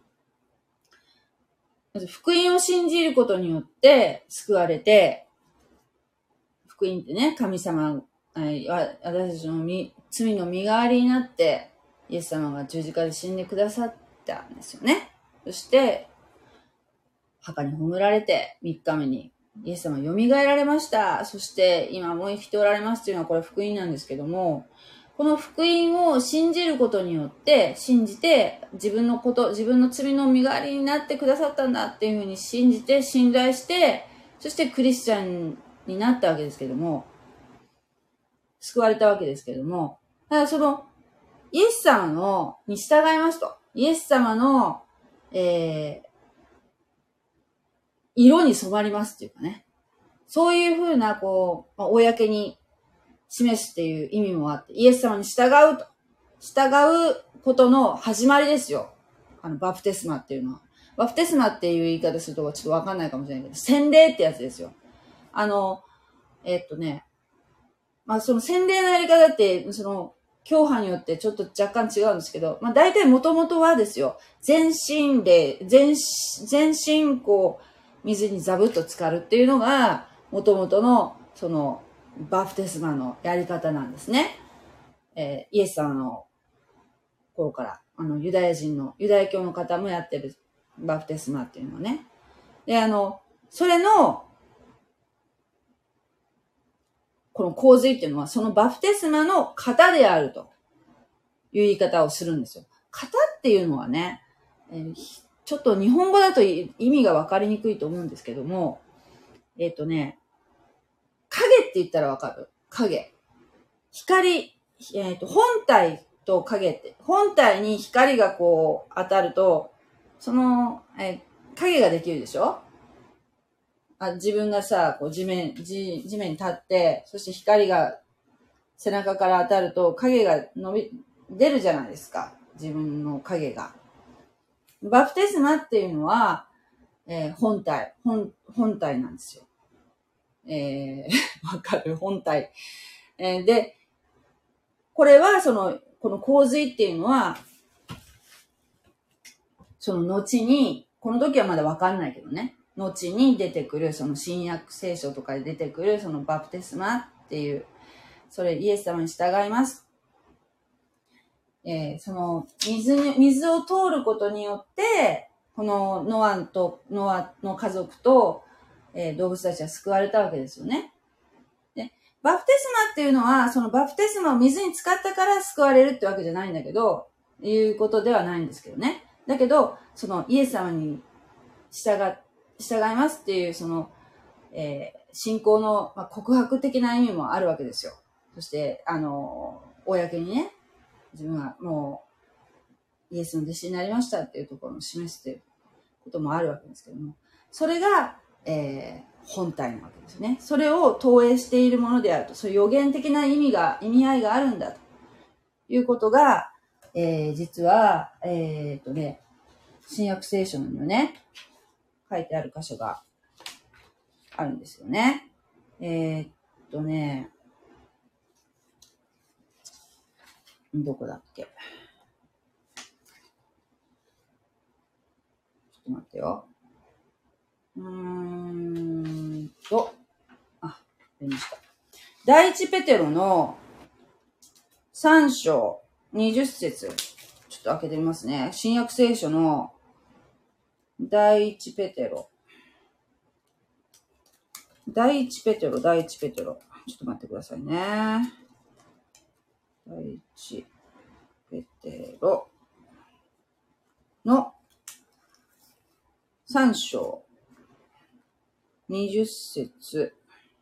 福音を信じることによって救われて、福音ってね、神様、私たちの罪の身代わりになって、イエス様が十字架で死んでくださったんですよね。そして、墓に葬られてみっかめにイエス様が蘇られました。そして今もう生きておられますというのはこれ福音なんですけども、この福音を信じることによって、信じて自分のこと、自分の罪の身代わりになってくださったんだっていうふうに信じて、信頼して、そしてクリスチャンになったわけですけども、救われたわけですけども、ただそのイエス様のに従いますと、イエス様の、えー、色に染まりますっていうかね。そういうふうな、こう、まあ、公に示すっていう意味もあって、イエス様に従うと。従うことの始まりですよ。あの、バプテスマっていうのは。バプテスマっていう言い方するとちょっとわかんないかもしれないけど、洗礼ってやつですよ。あの、えっとね、まあその洗礼のやり方って、その、教派によってちょっと若干違うんですけど、まあ大体元々はですよ、全身霊、全、全身こう、水にザブッと浸かるっていうのが、元々の、その、バプテスマのやり方なんですね。えー、イエス様の頃から、あの、ユダヤ人の、ユダヤ教の方もやってるバプテスマっていうのはね。で、あの、それの、この洪水っていうのは、そのバプテスマの型であるという言い方をするんですよ。型っていうのはね、えー、ちょっと日本語だと意味が分かりにくいと思うんですけども、えっとね、影って言ったら分かる？影。光、えっと、本体と影って、本体に光がこう当たると、その、えー、影ができるでしょ？あ、自分がさ、こう地面、地、地面に立って、そして光が背中から当たると影が伸び、出るじゃないですか。自分の影が。バプテスマっていうのは、えー、本体、本、本体なんですよ。えー、わかる本体、えー。で、これはその、この洪水っていうのは、その後に、この時はまだわかんないけどね。後に出てくる、その新約聖書とかで出てくる、そのバプテスマっていう、それイエス様に従います。えー、その水に、水を通ることによって、このノアと、ノアの家族と、えー、動物たちは救われたわけですよね。で、バプテスマっていうのは、そのバプテスマを水に使ったから救われるってわけじゃないんだけど、いうことではないんですけどね。だけど、そのイエス様に従、従いますっていう、その、えー、信仰の、まあ、告白的な意味もあるわけですよ。そして、あの、公にね、自分はもう、イエスの弟子になりましたっていうところを示すということもあるわけですけども、それが、えー、本体なわけですね。それを投影しているものであると、そういう予言的な意味が、意味合いがあるんだということが、えー、実は、えー、っとね、新約聖書にもね、書いてある箇所があるんですよね。えー、っとね、どこだっけ。ちょっと待ってよ。うーんと、あ、出ました。第一ペテロのさん章にじゅっ節。ちょっと開けてみますね。新約聖書の第一ペテロ。第一ペテロ、第一ペテロ。ちょっと待ってくださいね。第一ペテロのさん章にじゅっ節。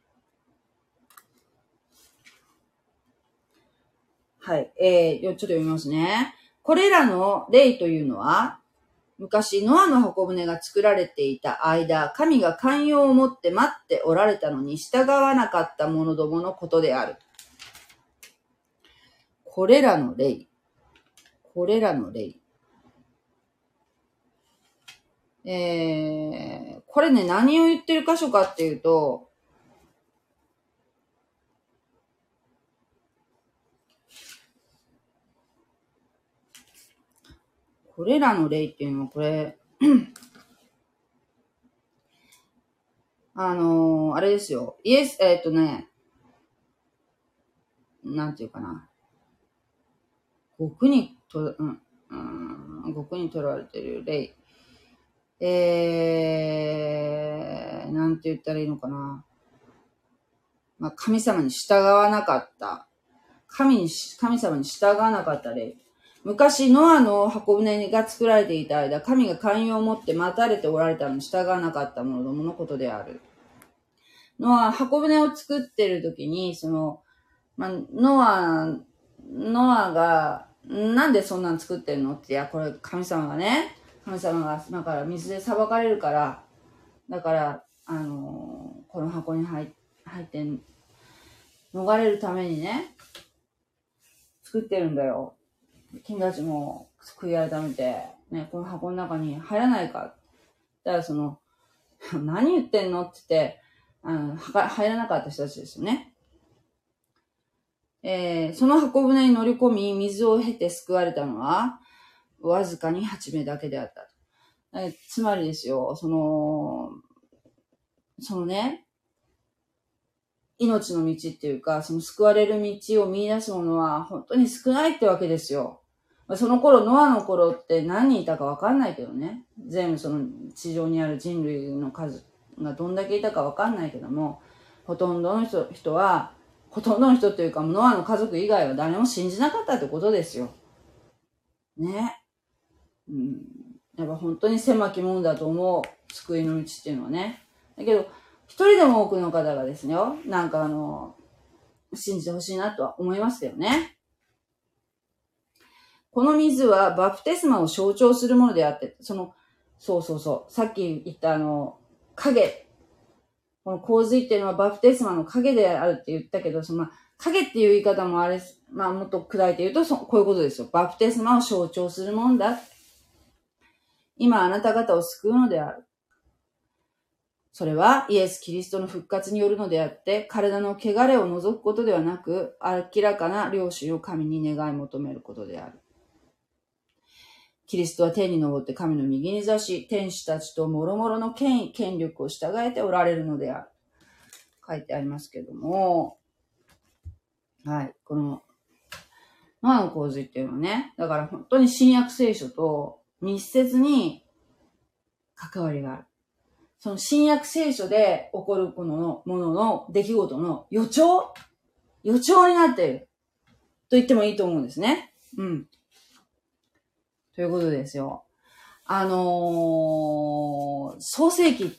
はい。えー、ちょっと読みますね。これらの例というのは、昔ノアの箱舟が作られていた間、神が寛容を持って待っておられたのに従わなかった者どものことである。これらの例。これらの例。えー、これね、何を言ってる箇所かっていうと、これらの例っていうのはこれ、あのー、あれですよ。イエス、えっとね、なんていうかな。極にと、うん、うん、極に取られてる例。えー、なんて言ったらいいのかな。まあ、神様に従わなかった。神に、神様に従わなかった例。昔、ノアの箱舟が作られていた間、神が寛容を持って待たれておられたのに従わなかった者どものことである。ノア、箱舟を作ってる時に、その、まあ、ノア、ノアが、なんでそんなの作ってんのって、いや、これ神様がね、神様が、だから水で裁かれるから、だから、あのー、この箱に入入って、逃れるためにね、作ってるんだよ。君たちも悔い改めて、ね、この箱の中に入らないか。だからその、何言ってんのって言って、あの、入らなかった人たちですよね。えー、その箱舟に乗り込み、水を経て救われたのは、わずかにはちめいだけであった。えー、つまりですよ、その、そのね、命の道っていうか、その救われる道を見出す者は本当に少ないってわけですよ。その頃、ノアの頃って何人いたかわかんないけどね。全部その地上にある人類の数がどんだけいたかわかんないけども、ほとんどの人、人は、ほとんどの人というか、ノアの家族以外は誰も信じなかったってことですよ。ね。うん。やっぱ本当に狭き門だと思う。救いの道っていうのはね。だけど、一人でも多くの方がですね、なんかあの、信じてほしいなとは思いますよね。この水はバプテスマを象徴するものであって、その、そうそうそう、さっき言ったあの、影。この洪水っていうのはバプテスマの影であるって言ったけど、その、 影っていう言い方もあれ、まあもっと砕いて言うとそ、こういうことですよ。バプテスマを象徴するもんだ。今あなた方を救うのである。それはイエス・キリストの復活によるのであって、体の汚れを除くことではなく、明らかな良心を神に願い求めることである。キリストは天に昇って神の右に座し、天使たちと諸々の権威、権力を従えておられるのである。書いてありますけども、はい、この、ノアの洪水っていうのはね、だから本当に新約聖書と密接に関わりがある。その新約聖書で起こるこのものの出来事の予兆予兆になっている。と言ってもいいと思うんですね。うん。ということですよ。あのー、創世記って、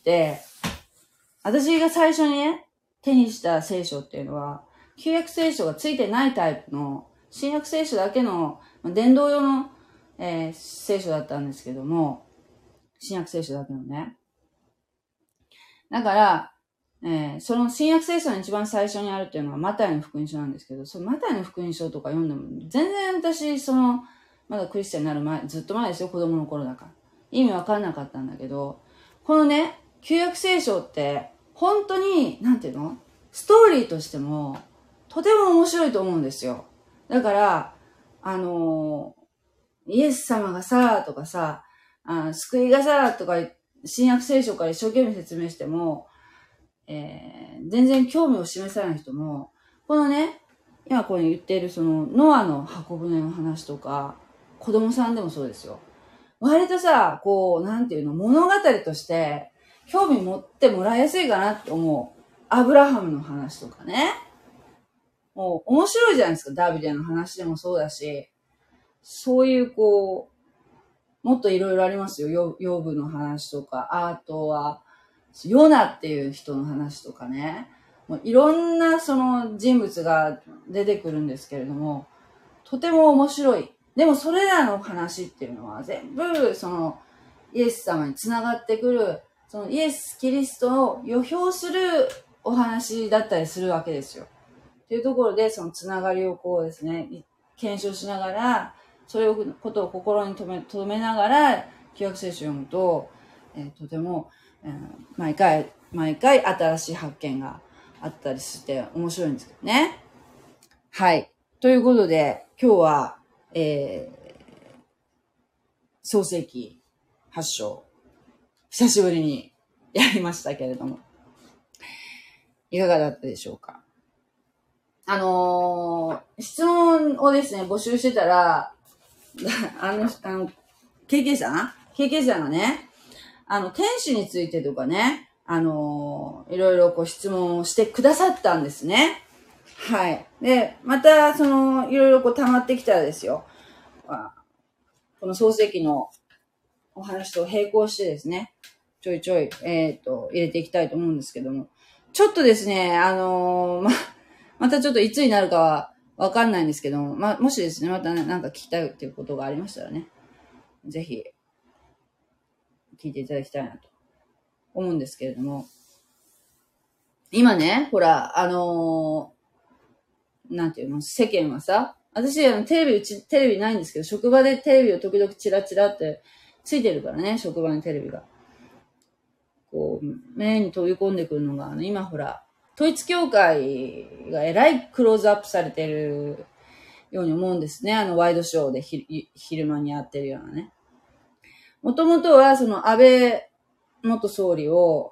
私が最初にね、手にした聖書っていうのは、旧約聖書がついてないタイプの、新約聖書だけの、伝道用の、えー、聖書だったんですけども、新約聖書だけのね。だから、えー、その新約聖書の一番最初にあるっていうのはマタイの福音書なんですけど、そのマタイの福音書とか読んでも、全然私、その、まだクリスチャンになる前、ずっと前ですよ、子供の頃だから。意味わかんなかったんだけど、このね、旧約聖書って、本当に、なんていうの？ストーリーとしても、とても面白いと思うんですよ。だから、あのー、イエス様がさ、とかさ、あ救いがさ、とか、新約聖書から一生懸命説明しても、えー、全然興味を示さない人も、このね、今ここに言っているその、ノアの箱舟の話とか、子供さんでもそうですよ。割とさ、こう、なんていうの、物語として、興味持ってもらいやすいかなって思う。アブラハムの話とかね。もう、面白いじゃないですか。ダビデの話でもそうだし、そういうこう、もっといろいろありますよ。ヨブの話とか、あとは、ヨナっていう人の話とかね。もういろんなその人物が出てくるんですけれども、とても面白い。でもそれらの話っていうのは全部そのイエス様につながってくる、そのイエス・キリストを予表するお話だったりするわけですよ。というところでそのつながりをこうですね、検証しながら、そういうことを心に留め、留めながら旧約聖書を読むと、えー、とても、えー、毎回毎回新しい発見があったりして面白いんですけどね。はい。ということで今日は、えー、創世記はち章久しぶりにやりましたけれども、いかがだったでしょうか。あのー、質問をですね、募集してたら、あの、あの、経験者経験者がね、あの、天使についてとかね、あのー、いろいろこう質問をしてくださったんですね。はい。で、また、その、いろいろこう溜まってきたらですよ、この創世記のお話と並行してですね、ちょいちょい、えっと、入れていきたいと思うんですけども、ちょっとですね、あのー、ま、またちょっといつになるかはわかんないんですけども、ま、もしですね、またね、なんか聞きたいっていうことがありましたらね、ぜひ、聞いていただきたいなと思うんですけれども、今ね、ほら、あのー、なんていうの、世間はさ、私、あの、テレビ、うち、テレビないんですけど、職場でテレビを時々チラチラってついてるからね、職場にテレビが。こう、目に飛び込んでくるのが、あの、今ほら、統一教会がえらいクローズアップされてるように思うんですね。あの、ワイドショーでひ昼間にやってるようなね。もともとは、その、安倍元総理を、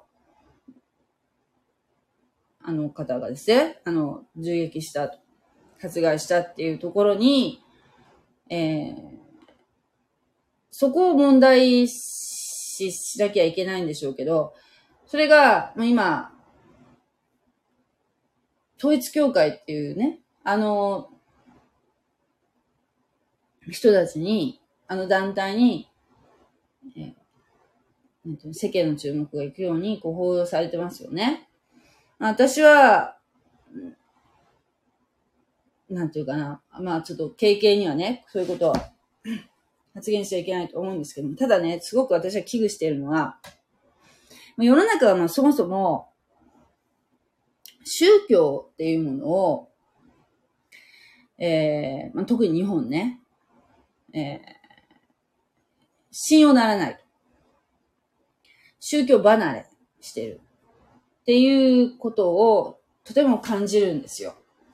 あの方がですね、あの、銃撃したと、殺害したっていうところに、えー、そこを問題視しなきゃいけないんでしょうけど、それが、今、統一教会っていうね、あの、人たちに、あの団体に、えー、世間の注目がいくようにこう報道されてますよね。私は、なんていうかな、まあちょっと経験にはね、そういうことを発言しちゃいけないと思うんですけども、ただね、すごく私は危惧しているのは、世の中はまあそもそも宗教っていうものをえーまあ、特に日本ね、えー、信用ならない。宗教離れしてる。っていうことをとても感じるんですよ。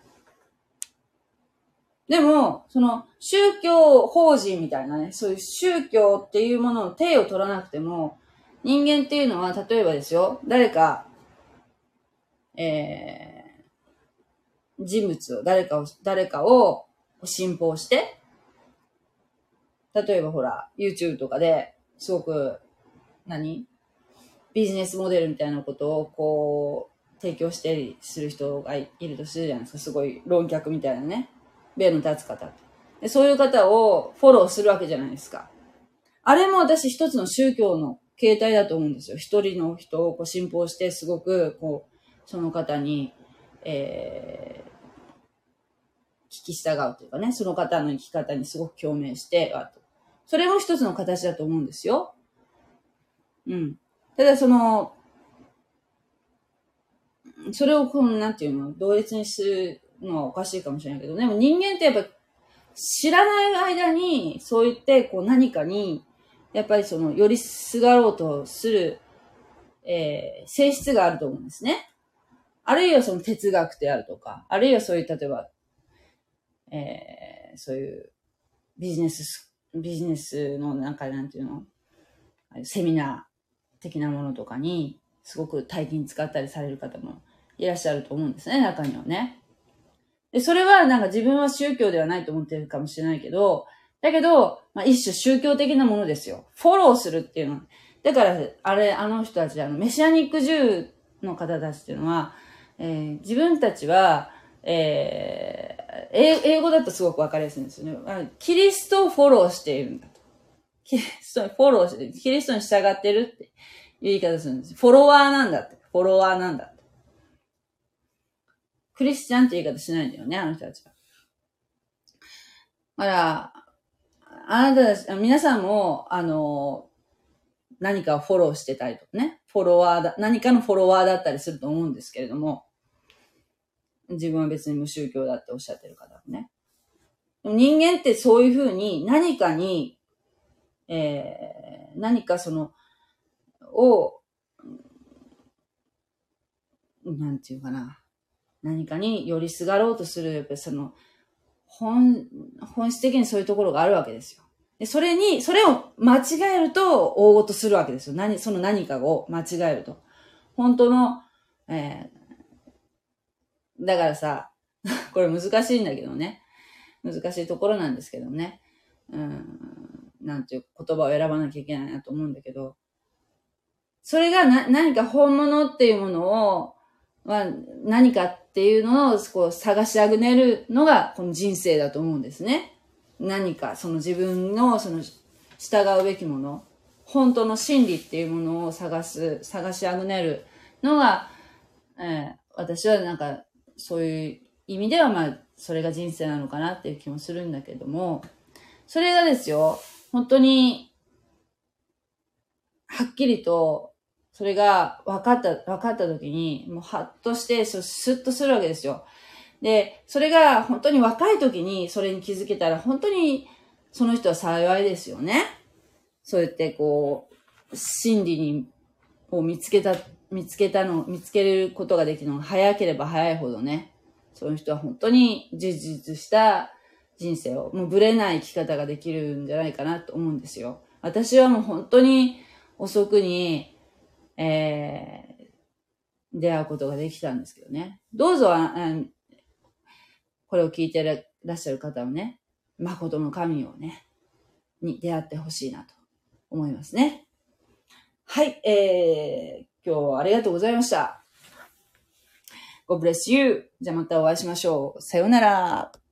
でも、その宗教法人みたいなね、そういう宗教っていうものの体を取らなくても、人間っていうのは、例えばですよ、誰か、えー、人物を、誰かを、誰かを信奉して、例えばほら、YouTube とかですごく、何ビジネスモデルみたいなことをこう、提供したりする人がいるとするじゃないですか。すごい論客みたいなね。米の立つ方で。そういう方をフォローするわけじゃないですか。あれも私一つの宗教の形態だと思うんですよ。一人の人をこう信奉して、すごく、こう、その方に、えー、聞き従うというかね、その方の生き方にすごく共鳴して、それも一つの形だと思うんですよ。うん。ただその、それをこの、なんていうの、同一にするのはおかしいかもしれないけど、でも人間ってやっぱ知らない間に、そう言ってこう何かに、やっぱりその、よりすがろうとする、えー、性質があると思うんですね。あるいはその哲学であるとか、あるいはそういう、例えば、えー、そういうビジネス、ビジネスのなんかなんていうの、セミナー的なものとかに、すごく大金使ったりされる方もいらっしゃると思うんですね、中にはね。で、それはなんか自分は宗教ではないと思ってるかもしれないけど、だけど、まあ、一種宗教的なものですよ。フォローするっていうのは。だから、あれ、あの人たち、あの、メシアニックジューの方たちっていうのは、えー、自分たちは、えー、英語だとすごくわかりやすいんですよね。キリストをフォローしているんだと。キリストにフォローして、キリストに従ってるっていう言い方するんです。フォロワーなんだって。フォロワーなんだって。クリスチャンって言い方しないんだよね、あの人たちは。だから、あなた、皆さんも、あの、何かをフォローしてたりとかね、フォロワーだ、何かのフォロワーだったりすると思うんですけれども、自分は別に無宗教だっておっしゃってる方もね。人間ってそういうふうに何かに、えー、何かその、を、なんていうかな、何かに寄りすがろうとする、やっぱりその、本、本質的にそういうところがあるわけですよ。で、それに、それを間違えると大ごとするわけですよ。何、その何かを間違えると。本当の、えー、だからさ、これ難しいんだけどね。難しいところなんですけどね。うん、なんていう言葉を選ばなきゃいけないなと思うんだけど、それがな、何か本物っていうものを、は何かっていうのをこう探しあぐねるのがこの人生だと思うんですね。何かその自分のその従うべきもの、本当の真理っていうものを探す、探しあぐねるのが、えー、私はなんかそういう意味ではまあそれが人生なのかなっていう気もするんだけども、それがですよ、本当にはっきりとそれが分かった、分かった時に、もうハッとして、スッとするわけですよ。で、それが本当に若い時にそれに気づけたら、本当にその人は幸いですよね。そうやってこう、真理に、を見つけた、見つけたの、見つけることができるのが早ければ早いほどね、その人は本当に充実した人生を、もうぶれない生き方ができるんじゃないかなと思うんですよ。私はもう本当に遅くに、えー、出会うことができたんですけどね。どうぞ、あこれを聞いてらっしゃる方はね、誠の神をね、に出会ってほしいなと思いますね。はい、えー、今日はありがとうございました。God bless you. じゃあまたお会いしましょう。さようなら。